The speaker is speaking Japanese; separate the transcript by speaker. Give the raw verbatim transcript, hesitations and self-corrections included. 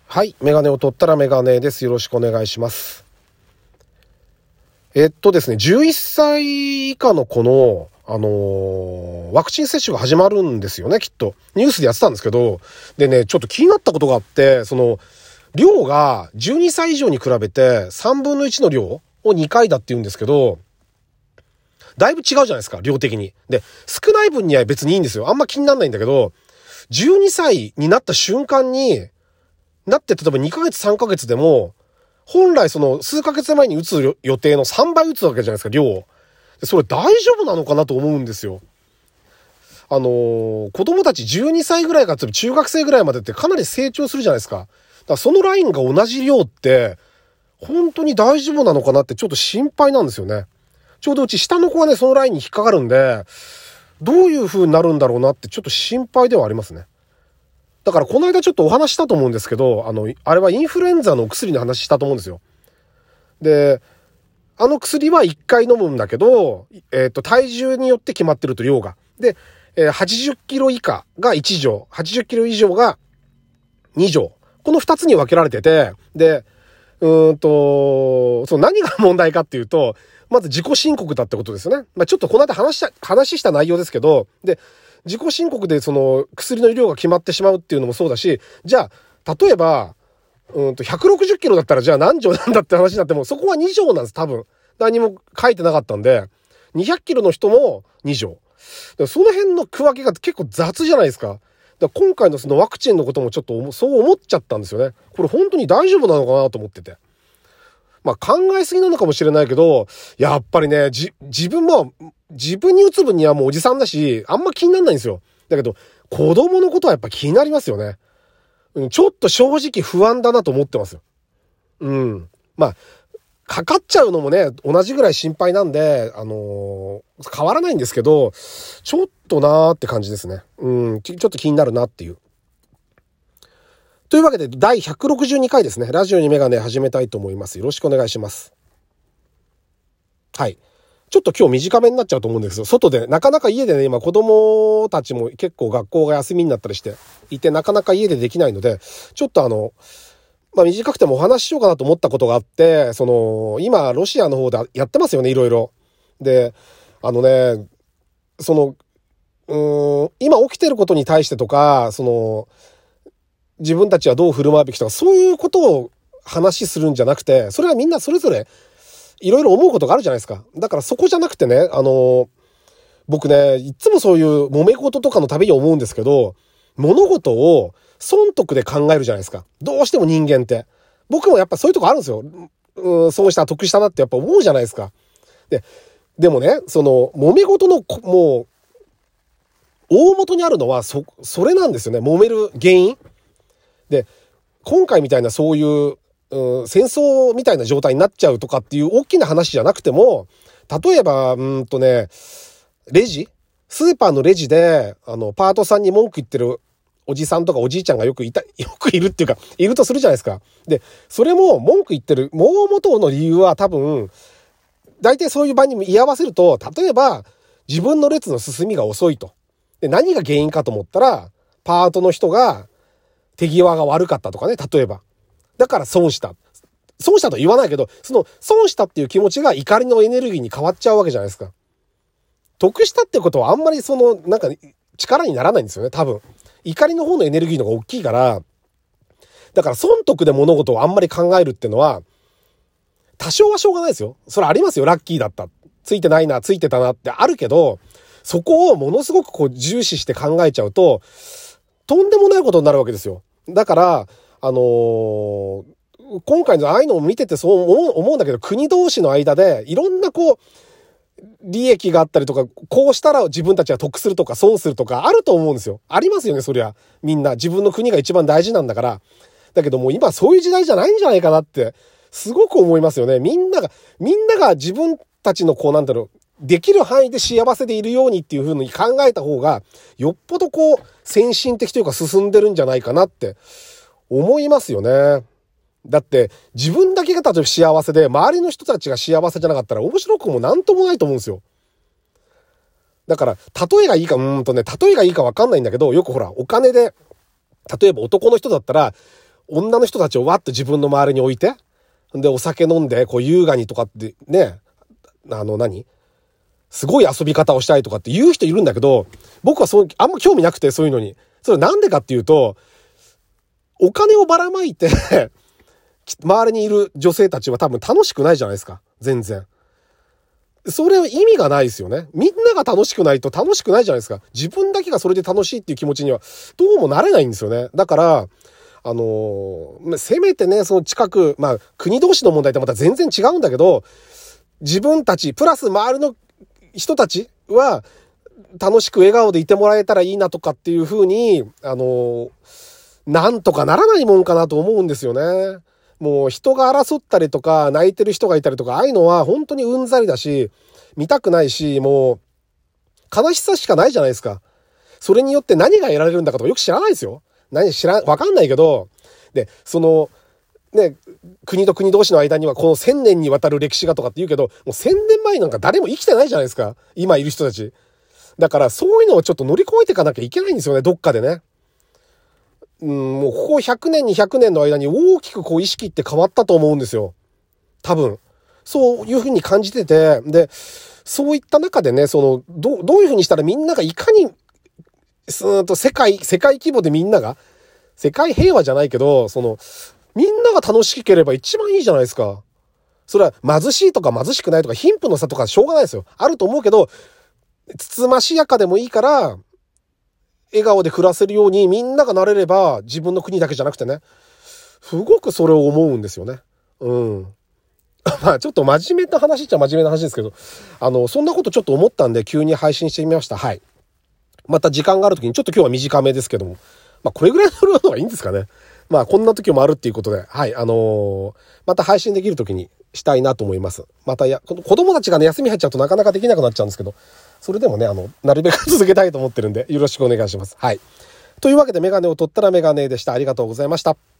Speaker 1: はい。メガネを取ったらメガネです。よろしくお願いします。えっとですね、じゅういっさい以下の子の、あのー、ワクチン接種が始まるんですよね、きっと。ニュースでやってたんですけど、でね、ちょっと気になったことがあって、その、量がじゅうにさい以上に比べてさんぶんのいちの量をにかいだって言うんですけど、だいぶ違うじゃないですか、量的に。で、少ない分には別にいいんですよ。あんま気にならないんだけど、じゅうにさいになった瞬間に、なって例えばにかげつさんかげつでも、本来その数ヶ月前に打つ予定のさんばい打つわけじゃないですか、量を。でそれ大丈夫なのかなと思うんですよ。あのー、子供たちじゅうにさいぐらいから中学生ぐらいまでってかなり成長するじゃないですか。だからそのラインが同じ量って、本当に大丈夫なのかなってちょっと心配なんですよね。ちょうどうち下の子がね、そのラインに引っかかるんで、どういう風になるんだろうなってちょっと心配ではありますね。だからこの間ちょっとお話したと思うんですけど、あの、あれはインフルエンザの薬の話したと思うんですよ。で、あの薬はいっかい飲むんだけど、えっと、体重によって決まってると量が。で、えー、はちじゅっキロ以下がいちじょう、はちじゅっキロ以上がにじょう。このふたつに分けられてて、で、うーんと、そう、何が問題かっていうと、まず自己申告だってことですよね。まあ、ちょっとこの間話した、話した内容ですけど、で、自己申告でその薬の量が決まってしまうっていうのもそうだし、じゃあ、例えば、うんと、ひゃくろくじゅっキロだったらじゃあ何錠なんだって話になっても、そこはに錠なんです、多分。何も書いてなかったんで、にひゃくキロの人もに錠。その辺の区分けが結構雑じゃないですか。だから今回のそのワクチンのこともちょっとそう思っちゃったんですよね。これ本当に大丈夫なのかなと思ってて。まあ考えすぎなのかもしれないけど、やっぱりね、じ、自分も、自分に打つ分にはもうおじさんだし、あんま気にならないんですよ。だけど、子供のことはやっぱ気になりますよね。うん、ちょっと正直不安だなと思ってますよ。うん。まあ、かかっちゃうのもね、同じぐらい心配なんで、あのー、変わらないんですけど、ちょっとなーって感じですね。うん、ちょっと気になるなっていう。というわけで、だいひゃくろくじゅうにかいですね。ラジオにメガネ始めたいと思います。よろしくお願いします。はい。ちょっと今日短めになっちゃうと思うんですけど、外で、なかなか家でね、今子供たちも結構学校が休みになったりしていて、なかなか家でできないので、ちょっとあの、まあ短くてもお話ししようかなと思ったことがあって、その、今、ロシアの方でやってますよね、いろいろ。で、あのね、その、うーん、今起きてることに対してとか、その、自分たちはどう振る舞うべきとか、そういうことを話するんじゃなくて、それはみんなそれぞれ、いろいろ思うことがあるじゃないですか。だからそこじゃなくてね、あの、僕ね、いつもそういう揉め事とかのたびに思うんですけど、物事を損得で考えるじゃないですか。どうしても人間って。僕もやっぱそういうとこあるんですよ。うん、損した、得したなってやっぱ思うじゃないですか。で、でもね、その、揉め事の、もう、大元にあるのは、そ、それなんですよね。揉める原因。で、今回みたいなそういう、うん、戦争みたいな状態になっちゃうとかっていう大きな話じゃなくても、例えば、うんとね、レジスーパーのレジで、あの、パートさんに文句言ってるおじさんとかおじいちゃんがよくいた、よくいるっていうか、いるとするじゃないですか。で、それも文句言ってる、大元の理由は多分、大体そういう場に居合わせると、例えば、自分の列の進みが遅いと。で、何が原因かと思ったら、パートの人が手際が悪かったとかね、例えば。だから損した。損したと言わないけど、その損したっていう気持ちが怒りのエネルギーに変わっちゃうわけじゃないですか。得したってことはあんまりその、なんか力にならないんですよね、多分。怒りの方のエネルギーの方が大きいから、だから損得で物事をあんまり考えるっていうのは、多少はしょうがないですよ。それありますよ、ラッキーだった。ついてないな、ついてたなってあるけど、そこをものすごくこう重視して考えちゃうと、とんでもないことになるわけですよ。だから、あのー、今回のああいうのを見ててそう思う、思うんだけど、国同士の間でいろんなこう、利益があったりとか、こうしたら自分たちは得するとか損するとかあると思うんですよ。ありますよね、そりゃ。みんな自分の国が一番大事なんだから。だけどもう今そういう時代じゃないんじゃないかなって、すごく思いますよね。みんなが、みんなが自分たちのこうなんだろう、できる範囲で幸せでいるようにっていう風に考えた方が、よっぽどこう、先進的というか進んでるんじゃないかなって思いますよね。だって、自分だけが例えば幸せで、周りの人たちが幸せじゃなかったら面白くもなんともないと思うんですよ。だから、例えがいいか、うーんとね、例えがいいかわかんないんだけど、よくほら、お金で、例えば男の人だったら、 女の人たちをわっと自分の周りに置いて、で、お酒飲んで、こう優雅にとかってね、あの何すごい遊び方をしたいとかって言う人いるんだけど、僕はそう、あんま興味なくて、そういうのに。それなんでかっていうと、お金をばらまいて、周りにいる女性たちは多分楽しくないじゃないですか。全然。それは意味がないですよね。みんなが楽しくないと楽しくないじゃないですか。自分だけがそれで楽しいっていう気持ちにはどうもなれないんですよね。だから、あのー、せめてね、その近く、まあ国同士の問題ってまた全然違うんだけど、自分たち、プラス周りの人たちは楽しく笑顔でいてもらえたらいいなとかっていう風に、あのー、なんとかならないもんかなと思うんですよね。もう人が争ったりとか泣いてる人がいたりとか、ああいうのは本当にうんざりだし、見たくないし、もう悲しさしかないじゃないですか。それによって何が得られるんだかとかよく知らないですよ。何知らん、わかんないけど、で、その、ね、国と国同士の間にはこの千年にわたる歴史がとかって言うけど、もう千年前なんか誰も生きてないじゃないですか。今いる人たち。だからそういうのをちょっと乗り越えていかなきゃいけないんですよね、どっかでね。うん、もうここひゃくねんにひゃくねんの間に大きくこう意識って変わったと思うんですよ。多分。そういうふうに感じてて、で、そういった中でね、その、ど, どういうふうにしたらみんながいかに、すーんと世界、世界規模でみんなが、世界平和じゃないけど、その、みんなが楽しければ一番いいじゃないですか。それは貧しいとか貧しくないとか貧富の差とかしょうがないですよ。あると思うけど、つつましやかでもいいから、笑顔で暮らせるようにみんながなれれば、自分の国だけじゃなくてね、すごくそれを思うんですよね。うん。まあちょっと真面目な話っちゃ真面目な話ですけど、あの、そんなことちょっと思ったんで急に配信してみました。はい。また時間がある時に、ちょっと今日は短めですけども、まあこれぐらいの量がいいんですかね。まあこんな時もあるっていうことで、はい、あのー、また配信できる時にしたいなと思います。またや、子供たちがね、休み入っちゃうとなかなかできなくなっちゃうんですけど、それでもね、あの、なるべく続けたいと思ってるんで、よろしくお願いします。はい。というわけで、メガネを取ったらメガネでした。ありがとうございました。